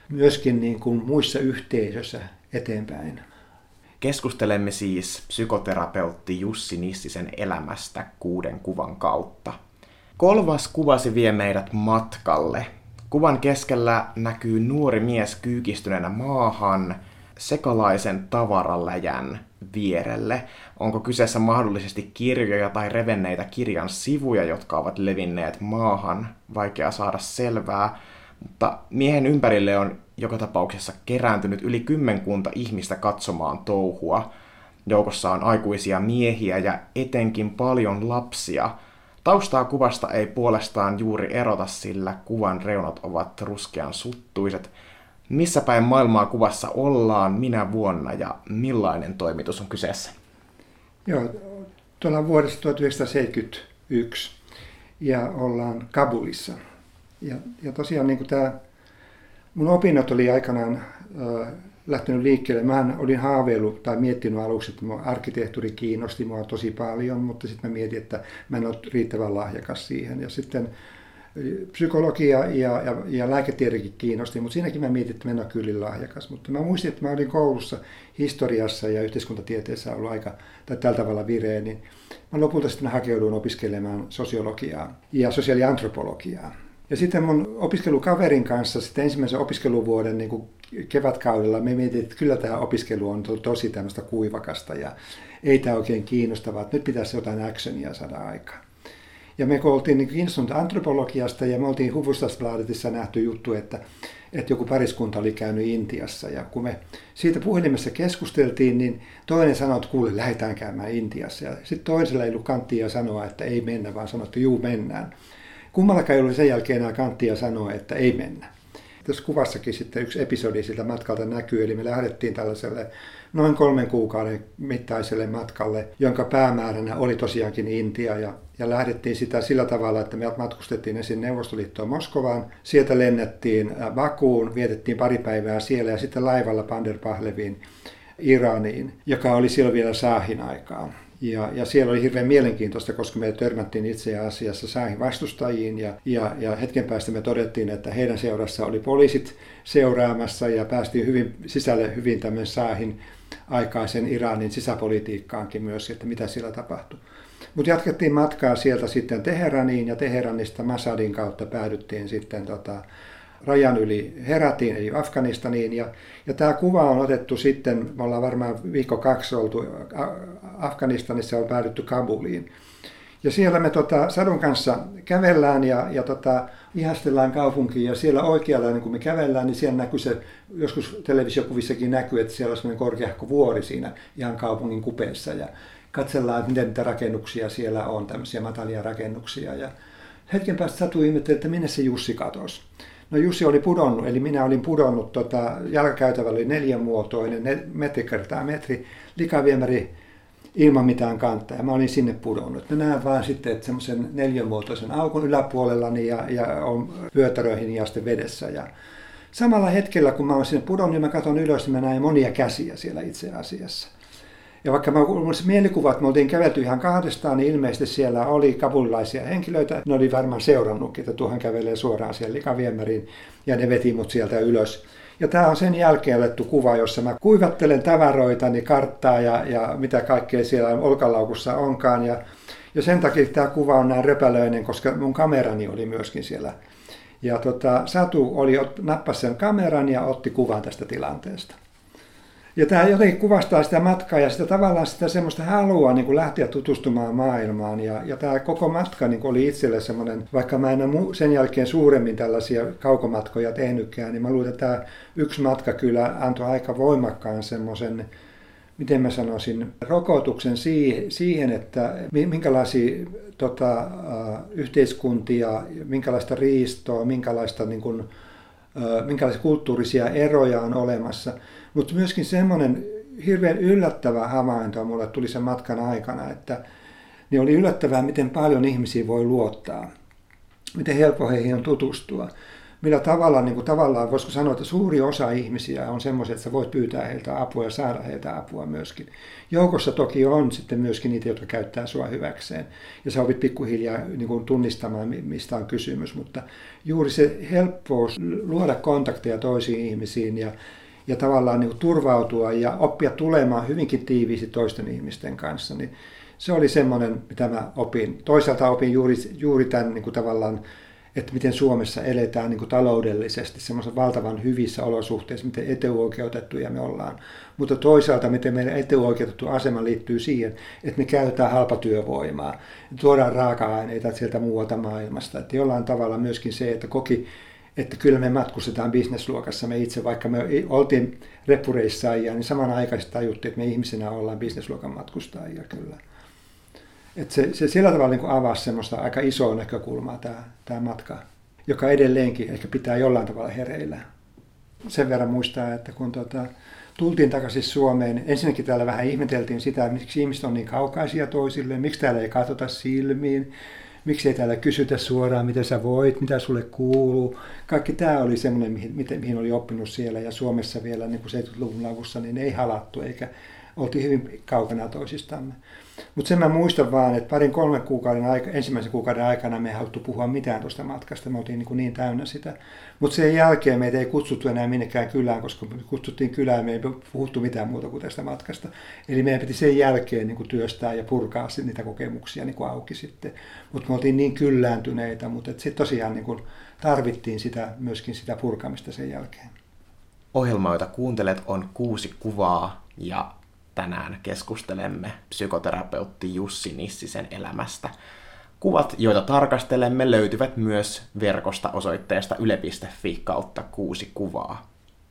myöskin niin kuin muissa yhteisöissä eteenpäin. Keskustelemme siis psykoterapeutti Jussi Nissisen elämästä kuuden kuvan kautta. Kolmas kuvasi vie meidät matkalle. Kuvan keskellä näkyy nuori mies kyykistyneenä maahan sekalaisen tavaraläjän vierelle. Onko kyseessä mahdollisesti kirjoja tai revenneitä kirjan sivuja, jotka ovat levinneet maahan? Vaikea saada selvää, mutta miehen ympärille on joka tapauksessa kerääntynyt yli kymmenkunta ihmistä katsomaan touhua. Joukossa on aikuisia miehiä ja etenkin paljon lapsia. Taustaa kuvasta ei puolestaan juuri erota, sillä kuvan reunat ovat ruskean suttuiset. Missä päin maailmaa kuvassa ollaan, minä vuonna ja millainen toimitus on kyseessä? Joo, tuolla vuodesta tuhatyhdeksänsataaseitsemänkymmentäyksi ja ollaan Kabulissa. Ja, ja tosiaan niin kuin tämä, mun opinnot oli aikanaan äh, lähtenyt liikkeelle. Mä olin haaveillut tai miettinyt aluksi, että mua arkkitehtuuri kiinnosti mua tosi paljon, mutta sitten mä mietin, että mä en ole riittävän lahjakas siihen. Ja sitten psykologia ja, ja, ja lääketiedekin kiinnosti, mutta siinäkin mä mietin, että mä en ole kyllä lahjakas. Mutta mä muistin, että mä olin koulussa historiassa ja yhteiskuntatieteessä ollut aika tai tällä tavalla vireä, niin mä lopulta sitten hakeuduin opiskelemaan sosiologiaa ja sosiaaliantropologiaa. Ja sitten mun opiskelukaverin kanssa sitten ensimmäisen opiskeluvuoden niin kuin kevätkaudella me mietin, että kyllä tämä opiskelu on to, tosi tämmöistä kuivakasta ja ei tämä oikein kiinnostavaa, että nyt pitäisi jotain actionia saada aikaan. Ja me kun oltiin niin kiinnostunut antropologiasta ja me oltiin Hufvudstadsbladetissa nähty juttu, että, että joku pariskunta oli käynyt Intiassa. Ja kun me siitä puhelimessa keskusteltiin, niin toinen sanoi, että kuule, lähdetään käymään Intiassa. Ja sitten toisella ei ollut kanttia sanoa, että ei mennä, vaan sanoi, että juu, mennään. Kummallakaan ei ollut sen jälkeen enää kanttia sanoa, että ei mennä. Tässä kuvassakin sitten yksi episodi siltä matkalta näkyy, eli me lähdettiin tällaiselle noin kolmen kuukauden mittaiselle matkalle, jonka päämääränä oli tosiaankin Intia, ja, ja lähdettiin sitä sillä tavalla, että me matkustettiin ensin Neuvostoliittoon Moskovaan, sieltä lennettiin Bakuun, vietettiin pari päivää siellä, ja sitten laivalla Bandar-Pahleviin Iraniin, joka oli silloin vielä Shahin aikaa. Ja, ja siellä oli hirveän mielenkiintoista, koska me törmättiin itse asiassa Shahin vastustajiin ja, ja, ja hetken päästä me todettiin, että heidän seurassa oli poliisit seuraamassa ja päästiin hyvin sisälle hyvin tämän Shahin aikaisen Iranin sisäpolitiikkaankin myös, että mitä siellä tapahtui. Mutta jatkettiin matkaa sieltä sitten Teheraniin ja Teheranista Mashhadin kautta päädyttiin sitten tota, rajan yli Heratiin eli Afganistaniin ja, ja tämä kuva on otettu sitten, me ollaan varmaan viikko kaksi oltu Afganistanissa, on päädytty Kabuliin. Ja siellä me tota, Sadun kanssa kävellään ja, ja tota, ihastellaan kaupunkiin ja siellä oikealla niin kun me kävellään, niin siellä näkyy se, joskus televisiokuvissakin näkyy, että siellä on sellainen korkeahko vuori siinä ihan kaupungin kupeessa ja katsellaan, että miten niitä rakennuksia siellä on, tämmöisiä matalia rakennuksia. Ja hetken päästä Satu ihmetteli, että minne se Jussi katosi. No Jussi oli pudonnut, eli minä olin pudonnut, tota, jalkakäytävä oli neljänmuotoinen, metri kertaa metri, likaviemäri ilman mitään kantta, ja mä olin sinne pudonnut. Mä näen vaan sitten, että semmoisen neljänmuotoisen aukon yläpuolellani ja, ja on vyötäröihin ja sitten vedessä. Ja samalla hetkellä, kun mä olin sinne pudonnut, niin mä katson ylös, niin mä näin monia käsiä siellä itse asiassa. Ja vaikka mä olin mielikuva, että me oltiin kävelty ihan kahdestaan, niin ilmeisesti siellä oli kabulilaisia henkilöitä. Ne oli varmaan seurannutkin, että tuohan kävelee suoraan siellä likaviemäriin, ja ne veti mut sieltä ylös. Ja tämä on sen jälkeen otettu kuva, jossa mä kuivattelen tavaroitani, karttaa ja, ja mitä kaikkea siellä olkalaukussa onkaan. Ja, ja sen takia tämä kuva on näin röpälöinen, koska mun kamerani oli myöskin siellä. Ja tota, Satu oli, nappasi sen kameran ja otti kuvan tästä tilanteesta. Ja tämä jotenkin kuvastaa sitä matkaa ja sitä tavallaan sitä semmoista halua niin kuin lähteä tutustumaan maailmaan. Ja, ja tämä koko matka niin kuin oli itselle semmoinen, vaikka mä en ole sen jälkeen suuremmin tällaisia kaukomatkoja tehnytkään, niin mä luulen, että tämä yksi matka kyllä antoi aika voimakkaan semmoisen, miten mä sanoisin, rokotuksen siihen, että minkälaisia tota, yhteiskuntia, minkälaista riistoa, minkälaista, niin kuin, minkälaisia kulttuurisia eroja on olemassa. Mutta myöskin semmoinen hirveän yllättävä havainto mulle tuli sen matkan aikana, että niin oli yllättävää, miten paljon ihmisiä voi luottaa, miten helppo heihin on tutustua. millä tavalla, niin kuin tavallaan voisiko sanoa, että suuri osa ihmisiä on semmoisia, että sä voit pyytää heiltä apua ja saada heiltä apua myöskin. Joukossa toki on sitten myöskin niitä, jotka käyttää sua hyväkseen. Ja sä opit pikkuhiljaa niin kuin tunnistamaan, mistä on kysymys. Mutta juuri se helppous luoda kontakteja toisiin ihmisiin ja, ja tavallaan niin kuin turvautua ja oppia tulemaan hyvinkin tiiviisti toisten ihmisten kanssa, niin se oli semmoinen, mitä mä opin. Toisaalta opin juuri, juuri tämän niin kuin tavallaan, että miten Suomessa eletään niin kuin taloudellisesti semmoisen valtavan hyvissä olosuhteissa, miten etuoikeutettuja me ollaan. Mutta toisaalta, miten meidän etuoikeutettu asema liittyy siihen, että me käytetään halpatyövoimaa, tuodaan raaka-aineita sieltä muualta maailmasta. Että jollain tavalla myöskin se, että koki, että kyllä me matkustetaan bisnesluokassa me itse, vaikka me oltiin reppureissaajia, niin samanaikaisesti tajuttiin, että me ihmisenä ollaan bisnesluokan matkustajia kyllä. Että se, se sillä tavalla niin kuin avasi semmoista aika isoa näkökulmaa tämä, tämä matka, joka edelleenkin ehkä pitää jollain tavalla hereillä. Sen verran muistaa, että kun tuota, tultiin takaisin Suomeen, ensinnäkin täällä vähän ihmeteltiin sitä, miksi ihmiset on niin kaukaisia toisilleen, miksi täällä ei katsota silmiin, miksi ei täällä kysytä suoraan, mitä sä voit, mitä sulle kuuluu. Kaikki tämä oli semmoinen, mihin, mihin oli oppinut siellä ja Suomessa vielä niin kuin seitsemänkymmentäluvun alussa, niin ei halattu eikä oltiin hyvin kaukana toisistamme. Mutta sen mä muistan vaan, että parin kolmen kuukauden aika, ensimmäisen kuukauden aikana me ei haluttu puhua mitään tuosta matkasta. Me oltiin niin, niin täynnä sitä. Mutta sen jälkeen meitä ei kutsuttu enää minnekään kylään, koska me kutsuttiin kylään, me ei puhuttu mitään muuta kuin tästä matkasta. Eli meidän piti sen jälkeen niin kuin työstää ja purkaa niitä kokemuksia niin kuin auki sitten. Mutta me oltiin niin kyllääntyneitä, mutta sitten tosiaan niin kuin tarvittiin sitä, myöskin sitä purkamista sen jälkeen. Ohjelma, jota kuuntelet, on Kuusi kuvaa ja tänään keskustelemme psykoterapeutti Jussi Nissisen elämästä. Kuvat, joita tarkastelemme, löytyvät myös verkosta osoitteesta yle piste fi kautta kuusi kuvaa.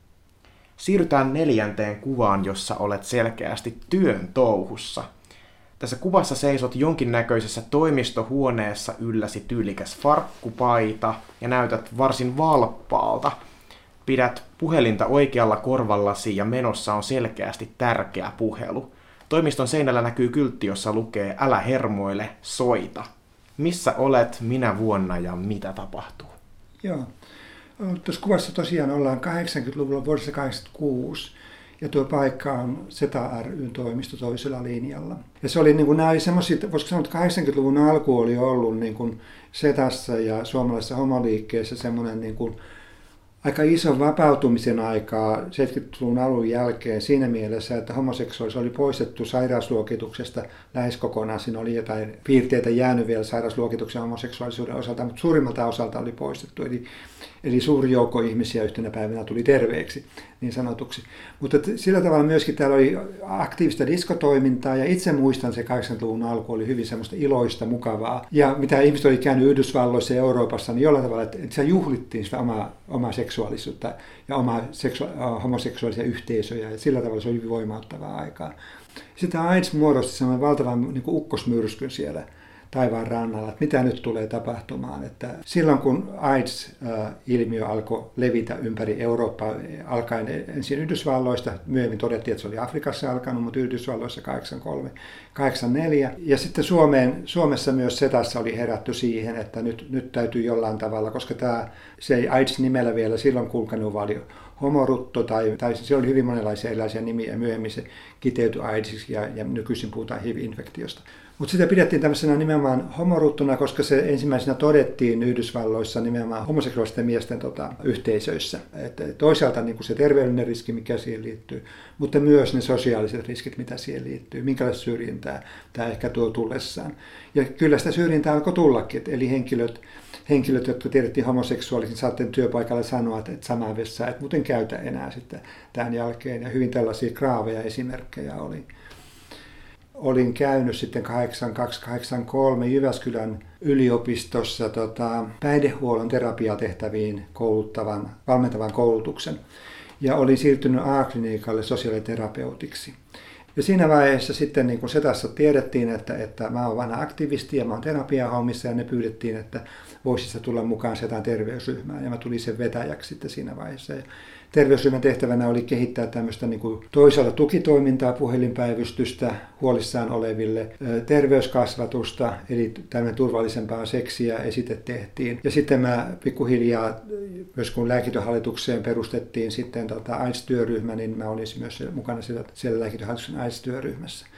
Siirrytään neljänteen kuvaan, jossa olet selkeästi työn touhussa. Tässä kuvassa seisot jonkinnäköisessä toimistohuoneessa, ylläsi tyylikäs farkkupaita ja näytät varsin valppaalta. Pidät puhelinta oikealla korvallasi ja menossa on selkeästi tärkeä puhelu. Toimiston seinällä näkyy kyltti, jossa lukee "Älä hermoile, soita". Missä olet, minä vuonna ja mitä tapahtuu? Joo. Tuossa kuvassa tosiaan ollaan kahdeksankymmentäluvulla vuodessa kahdeksankymmentäkuusi ja tuo paikka on Seta ry:n toimisto toisella linjalla. Ja se oli niin kuin, nämä oli semmoisia, voisiko sanoa, että kahdeksankymmentäluvun alku oli ollut niin kuin Setassa ja suomalaisessa homoliikkeessä semmoinen niin kuin aika ison vapautumisen aikaa seitsemänkymmentäluvun alun jälkeen siinä mielessä, että homoseksuaalisuus oli poistettu sairausluokituksesta lähes kokonaan. Siinä oli jotain piirteitä jäänyt vielä sairausluokituksen homoseksuaalisuuden osalta, mutta suurimmalta osalta oli poistettu. Eli, eli suuri joukko ihmisiä yhtenä päivänä tuli terveeksi, niin sanotuksi. Mutta sillä tavalla myöskin täällä oli aktiivista diskotoimintaa, ja itse muistan se kahdeksankymmentäluvun alku oli hyvin semmoista iloista, mukavaa. Ja mitä ihmiset oli käynyt Yhdysvalloissa ja Euroopassa, niin jollain tavalla, että se juhlittiin sitä omaa, omaa seksuaalisuutta ja omaa seksua- homoseksuaalisia yhteisöjä, ja sillä tavalla se oli hyvin voimauttavaa aikaa. Sitten AIDS muodosti semmoinen valtavan niin kuin ukkosmyrskyn siellä taivaan rannalla, että mitä nyt tulee tapahtumaan. Että silloin kun AIDS-ilmiö alkoi levitä ympäri Eurooppaa, alkaen ensin Yhdysvalloista, myöhemmin todettiin, että se oli Afrikassa alkanut, mutta Yhdysvalloissa kahdeksankymmentäkolme kahdeksankymmentäneljä. Ja sitten Suomeen, Suomessa myös Setassa oli herätty siihen, että nyt, nyt täytyy jollain tavalla, koska tämä, se ei AIDS-nimellä vielä silloin kulkenut, vaan oli homorutto, tai, tai se oli hyvin monenlaisia erilaisia nimiä, ja myöhemmin se kiteytyi AIDSiksi, ja, ja nykyisin puhutaan H I V-infektiosta. Mutta sitä pidettiin tämmöisenä nimenomaan homoruttuna, koska se ensimmäisenä todettiin Yhdysvalloissa nimenomaan homoseksuaalisten miesten tota, yhteisöissä. Et toisaalta niin kuin se terveydellinen riski, mikä siihen liittyy, mutta myös ne sosiaaliset riskit, mitä siihen liittyy, minkälaista syrjintää tämä ehkä tuo tullessaan. Ja kyllä sitä syrjintää alkoi tullakin, eli henkilöt, henkilöt, jotka tiedettiin homoseksuaalisen, saatiin työpaikalla sanoa, että samaa vessaa, et muuten käytä enää sitten tämän jälkeen. Ja hyvin tällaisia graaveja esimerkkejä oli. Olin käynyt sitten kahdeksankymmentäkaksi kahdeksankymmentäkolme Jyväskylän yliopistossa tota, päihdehuollon terapiatehtäviin kouluttavan, valmentavan koulutuksen. Ja olin siirtynyt A-klinikalle sosiaaliterapeutiksi. Ja siinä vaiheessa sitten niin kun Setassa tiedettiin, että, että mä oon vanha aktivisti ja mä oon terapiahommissa, ja ne pyydettiin, että voisista tulla mukaan Setan terveysryhmään. Ja mä tulin sen vetäjäksi sitten siinä vaiheessa. Ja terveysryhmän tehtävänä oli kehittää tämmöistä niin kuin toisaalta tukitoimintaa, puhelinpäivystystä huolissaan oleville, terveyskasvatusta, eli tämmöinen turvallisempaa seksiä esite tehtiin. Ja sitten mä pikkuhiljaa, myös kun lääkintöhallitukseen perustettiin sitten tota AIDS-työryhmä, niin mä olin myös mukana siellä, siellä lääkintöhallituksen AIDS-työryhmässä.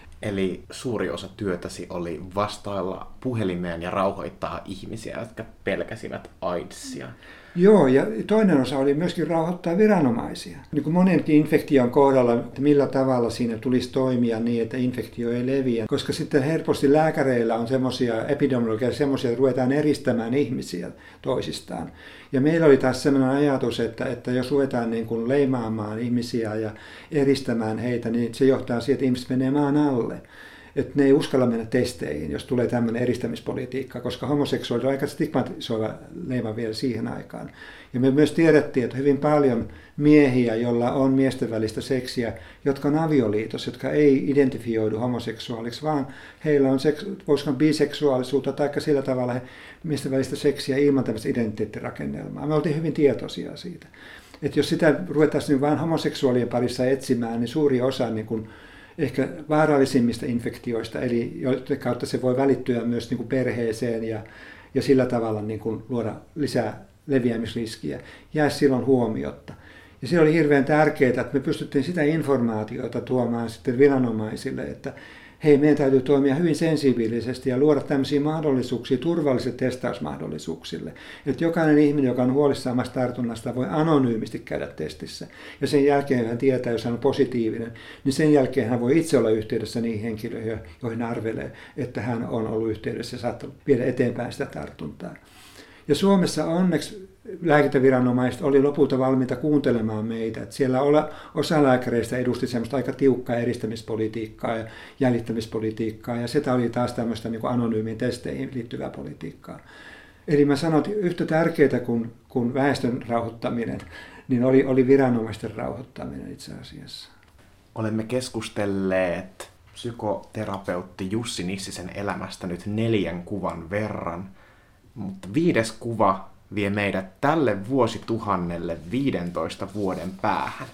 Eli suuri osa työtäsi oli vastailla puhelimeen ja rauhoittaa ihmisiä, jotka pelkäsivät AIDSia. Joo, ja toinen osa oli myöskin rauhoittaa viranomaisia. Niin kuin monenkin infektion kohdalla, että millä tavalla siinä tulisi toimia niin, että infektio ei leviä. Koska sitten helposti lääkäreillä on semmoisia epidemiologia, semmoisia, että ruvetaan eristämään ihmisiä toisistaan. Ja meillä oli taas sellainen ajatus, että, että jos ruvetaan niin kuin leimaamaan ihmisiä ja eristämään heitä, niin se johtaa siihen, että ihmiset menee maan alle. Että ne ei uskalla mennä testeihin, jos tulee tämmöinen eristämispolitiikka, koska homoseksuaalit on aika stigmatisoiva leima vielä siihen aikaan. Ja me myös tiedettiin, että hyvin paljon miehiä, joilla on miesten välistä seksiä, jotka on avioliitossa, jotka ei identifioidu homoseksuaaliksi, vaan heillä on seks- biseksuaalisuutta tai sillä tavalla miesten välistä seksiä ilman tämmöistä identiteettirakennelmaa. Me oltiin hyvin tietoisia siitä. Että jos sitä ruvettaisiin vain homoseksuaalien parissa etsimään, niin suuri osa niin kun ehkä vaarallisimmista infektioista, eli joiden kautta se voi välittyä myös niin kuin perheeseen ja, ja sillä tavalla niin kuin luoda lisää leviämisriskiä, jäisi silloin huomiotta. Ja se oli hirveän tärkeää, että me pystyttiin sitä informaatiota tuomaan sitten viranomaisille, että hei, meidän täytyy toimia hyvin sensiivilisesti ja luoda tämmöisiä mahdollisuuksia, turvallisille testausmahdollisuuksille. Että jokainen ihminen, joka on huolissaan omasta tartunnasta, voi anonyymisti käydä testissä. Ja sen jälkeen hän tietää, jos hän on positiivinen, niin sen jälkeen hän voi itse olla yhteydessä niihin henkilöihin, joihin arvelee, että hän on ollut yhteydessä ja saattanut viedä eteenpäin sitä tartuntaa. Ja Suomessa onneksi lääkintäviranomaiset oli lopulta valmiita kuuntelemaan meitä. Että siellä osa lääkäreistä edusti semmoista aika tiukkaa eristämispolitiikkaa ja jäljittämispolitiikkaa, ja sitä oli taas tämmöistä niin kuin anonyymiin testeihin liittyvää politiikkaa. Eli mä sanon, että yhtä tärkeää kuin, kuin väestön rauhoittaminen, niin oli, oli viranomaisten rauhoittaminen itse asiassa. Olemme keskustelleet psykoterapeutti Jussi Nissisen elämästä nyt neljän kuvan verran, mutta viides kuva vie meidät tälle vuosituhannelle viidentoista vuoden päähän.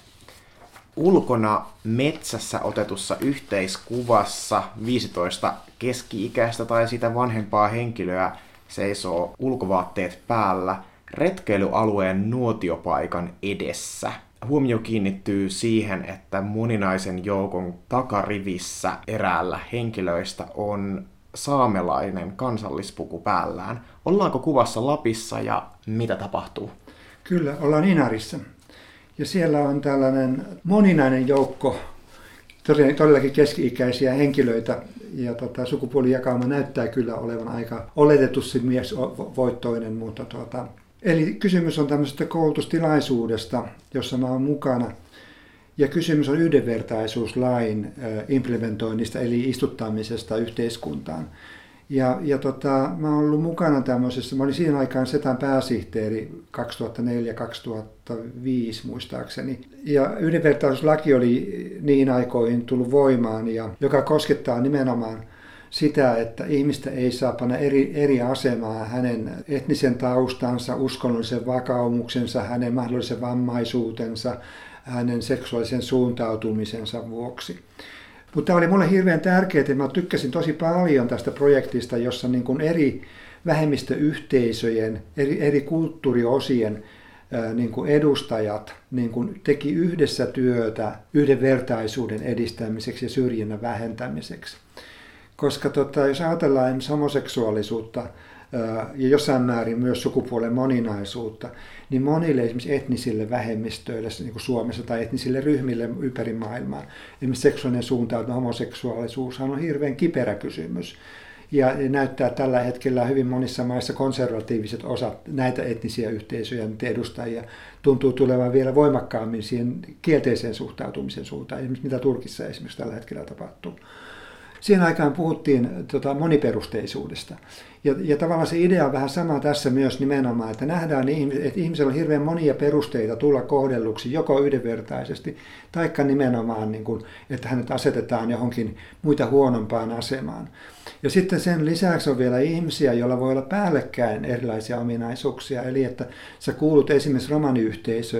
Ulkona metsässä otetussa yhteiskuvassa viisitoista keski-ikäistä tai sitä vanhempaa henkilöä seisoo ulkovaatteet päällä retkeilyalueen nuotiopaikan edessä. Huomio kiinnittyy siihen, että moninaisen joukon takarivissä eräällä henkilöistä on saamelainen kansallispuku päällään. Ollaanko kuvassa Lapissa ja mitä tapahtuu? Kyllä, ollaan Inarissa. Ja siellä on tällainen moninainen joukko todellakin keski-ikäisiä henkilöitä. Ja tota, sukupuolijakauma näyttää kyllä olevan aika oletetusti miesvoittoinen. Mutta tota, eli kysymys on tämmöisestä koulutustilaisuudesta, jossa mä oon mukana. Ja kysymys on yhdenvertaisuuslain implementoinnista, eli istuttamisesta yhteiskuntaan. Ja, ja tota, mä oon ollut mukana tämmöisessä, mä olin siihen aikaan Setan pääsihteeri kaksituhattaneljä kaksituhattaviisi muistaakseni. Ja yhdenvertaisuuslaki oli niin aikoihin tullut voimaan, ja, joka koskettaa nimenomaan sitä, että ihmistä ei saa panna eri, eri asemaa hänen etnisen taustansa, uskonnollisen vakaumuksensa, hänen mahdollisen vammaisuutensa, hänen seksuaalisen suuntautumisensa vuoksi. Mutta tämä oli mulle hirveän tärkeää, että mä tykkäsin tosi paljon tästä projektista, jossa niin kuin eri vähemmistöyhteisöjen, eri, eri kulttuuriosien ää, niin kuin edustajat niin kuin teki yhdessä työtä yhdenvertaisuuden edistämiseksi ja syrjinnän vähentämiseksi. Koska tota, jos ajatellaan esimerkiksi homoseksuaalisuutta ja jossain määrin myös sukupuolen moninaisuutta, niin monille esimerkiksi etnisille vähemmistöille, niin kuin Suomessa, tai etnisille ryhmille ympäri maailmaa, esimerkiksi seksuaalinen suuntautuminen, homoseksuaalisuushan on hirveän kiperä kysymys. Ja näyttää tällä hetkellä hyvin monissa maissa konservatiiviset osat näitä etnisiä yhteisöjä, niitä edustajia, tuntuu tulevan vielä voimakkaammin siihen kielteiseen suhtautumisen suuntaan, esimerkiksi mitä Turkissa esimerkiksi tällä hetkellä tapahtuu. Siihen aikaan puhuttiin tota, moniperusteisuudesta. Ja, ja tavallaan se idea on vähän sama tässä myös nimenomaan, että nähdään, että ihmisellä on hirveän monia perusteita tulla kohdelluksi joko yhdenvertaisesti, taikka nimenomaan, niin kuin, että hänet asetetaan johonkin muita huonompaan asemaan. Ja sitten sen lisäksi on vielä ihmisiä, joilla voi olla päällekkäin erilaisia ominaisuuksia, eli että sä kuulut esimerkiksi romaniyhteisöön,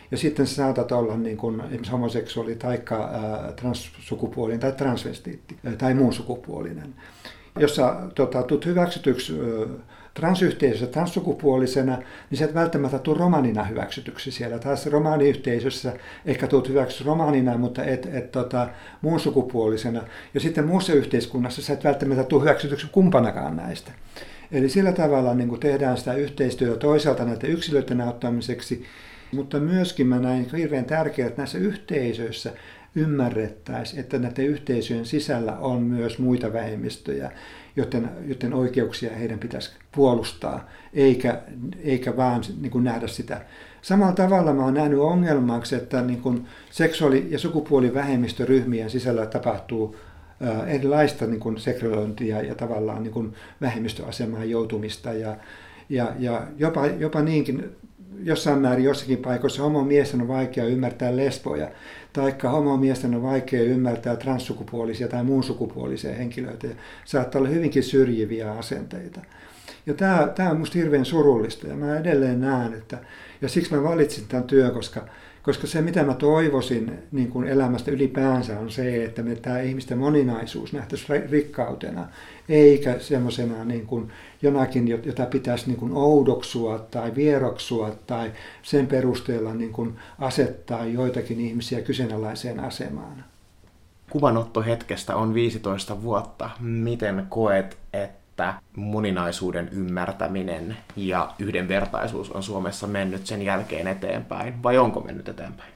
Ja sitten sä saatat olla niin kuin esimerkiksi homoseksuaali tai transsukupuolinen tai transvestiitti tai muun sukupuolinen. Jos sä tota, tulet hyväksytyksi transyhteisössä transsukupuolisena, niin sä et välttämättä tule romanina hyväksytyksi siellä. Taas romaaniyhteisössä ehkä tulet hyväksytyksi romaanina, mutta et, et tota, muun sukupuolisena. Ja sitten muussa yhteiskunnassa sä et välttämättä tule hyväksytyksi kumpanakaan näistä. Eli sillä tavalla niin kuin tehdään sitä yhteistyötä toisaalta näiden yksilöiden auttamiseksi, mutta myöskin mä näin hirveän tärkeää, että näissä yhteisöissä ymmärrettäisiin, että näiden yhteisöjen sisällä on myös muita vähemmistöjä, joten, joten oikeuksia heidän pitäisi puolustaa, eikä, eikä vaan niin kuin nähdä sitä. Samalla tavalla mä oon nähnyt ongelmaksi, että niin kuin seksuaali- ja sukupuolivähemmistöryhmien sisällä tapahtuu ää, erilaista niin kuin segregointia ja tavallaan niin kuin vähemmistöasemaan joutumista ja, ja, ja jopa, jopa niinkin, jossain määrin jossakin paikoissa homomiesten on vaikea ymmärtää lesboja, taikka homomiesten on vaikea ymmärtää transsukupuolisia tai muun sukupuolisia henkilöitä. Ja saattaa olla hyvinkin syrjiviä asenteita. Ja tämä, tämä on minusta hirveän surullista ja mä edelleen näen, että, ja siksi mä valitsin tämän työn, koska, koska se mitä mä toivoisin niin kuin elämästä ylipäänsä on se, että me tämä ihmisten moninaisuus nähtäisiin rikkautena, eikä semmoisena niin kuin jonakin, jota pitäisi niin kuin oudoksua tai vieroksua tai sen perusteella niin kuin asettaa joitakin ihmisiä kyseenalaiseen asemaan. Kuvanottohetkestä on viisitoista vuotta. Miten koet, että moninaisuuden ymmärtäminen ja yhdenvertaisuus on Suomessa mennyt sen jälkeen eteenpäin, vai onko mennyt eteenpäin?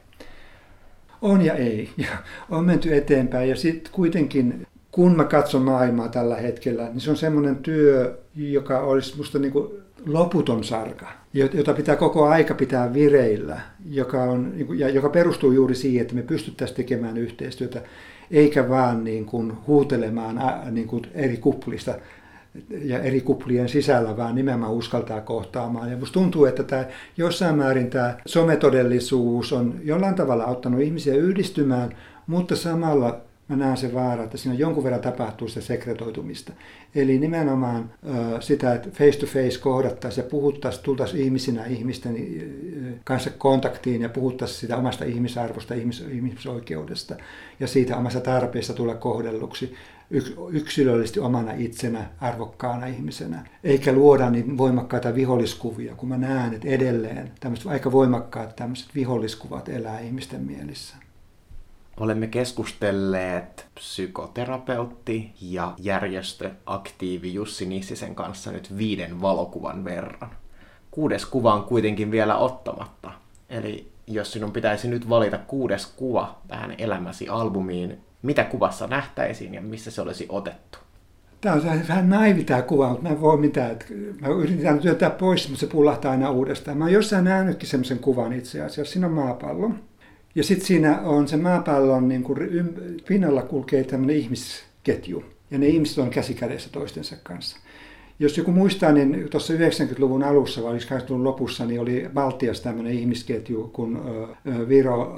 On ja ei. Ja on menty eteenpäin ja sitten kuitenkin kun mä katson maailmaa tällä hetkellä, niin se on semmoinen työ, joka olisi musta niin kuin loputon sarka, jota pitää koko aika pitää vireillä, joka, on, ja joka perustuu juuri siihen, että me pystyttäisiin tekemään yhteistyötä, eikä vaan niin kuin huutelemaan niin kuin eri kuplista ja eri kuplien sisällä, vaan nimenomaan uskaltaa kohtaamaan. Ja musta tuntuu, että tämä, jossain määrin tämä sometodellisuus on jollain tavalla auttanut ihmisiä yhdistymään, mutta samalla mä näen sen vaara, että siinä jonkun verran tapahtuu sitä sekretoitumista. Eli nimenomaan äh, sitä, että face to face kohdattaisiin ja puhuttaisiin, tultaisiin ihmisinä ihmisten äh, kanssa kontaktiin ja puhuttaisiin sitä omasta ihmisarvosta, ihmis- ihmisoikeudesta ja siitä omasta tarpeesta tulla kohdelluksi yksilöllisesti omana itsenä, arvokkaana ihmisenä. Eikä luoda niin voimakkaita viholliskuvia, kun mä näen, että edelleen tämmöiset aika voimakkaat tämmöiset viholliskuvat elää ihmisten mielissä. Olemme keskustelleet psykoterapeutti ja järjestöaktiivi Jussi Nissisen kanssa nyt viiden valokuvan verran. Kuudes kuva on kuitenkin vielä ottamatta. Eli jos sinun pitäisi nyt valita kuudes kuva tähän elämäsi albumiin, mitä kuvassa nähtäisiin ja missä se olisi otettu? Tämä on vähän naivi tämä kuva, mutta mä en voi mitään. Mä yritän työntää pois, mutta se pullahtaa aina uudestaan. Mä oon jossain nähnytkin semmoisen kuvan itse asiassa. Siinä on maapallo. Ja sitten siinä on se maapallon niin kuin pinnalla kulkee tämmöinen ihmisketju. Ja ne ihmiset on käsikädessä toistensa kanssa. Jos joku muistaa, niin tuossa yhdeksänkymmentäluvun alussa vai kahdeksankymmentäluvun lopussa niin oli Baltiassa tämmöinen ihmisketju, kun Viro,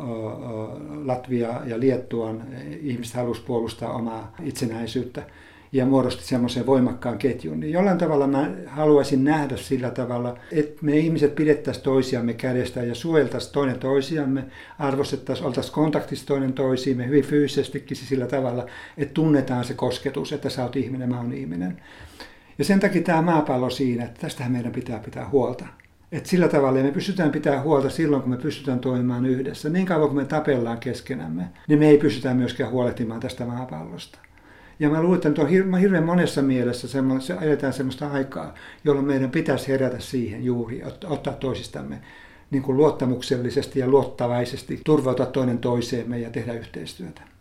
Latvia ja Liettuan ihmiset halusivat puolustaa omaa itsenäisyyttä ja muodosti semmoisen voimakkaan ketjun. Niin jollain tavalla mä haluaisin nähdä sillä tavalla, että me ihmiset pidettäisiin toisiamme kädestä ja suojeltaisiin toinen toisiamme, arvostettaisiin, oltaisiin kontaktissa toinen toisiimme hyvin fyysisestikin sillä tavalla, että tunnetaan se kosketus, että sä oot ihminen, mä oon ihminen. Ja sen takia tämä maapallo siinä, että tästähän meidän pitää pitää huolta. Että sillä tavalla me pystytään pitämään huolta silloin, kun me pystytään toimimaan yhdessä. Niin kauan kun me tapellaan keskenämme, niin me ei pystytä myöskään huolehtimaan tästä maapallosta. Ja mä luulen, että on hirveän monessa mielessä se ajetaan sellaista aikaa, jolloin meidän pitäisi herätä siihen juuri, ottaa toisistamme niin kuin luottamuksellisesti ja luottavaisesti, turvautua toinen toiseemme ja tehdä yhteistyötä.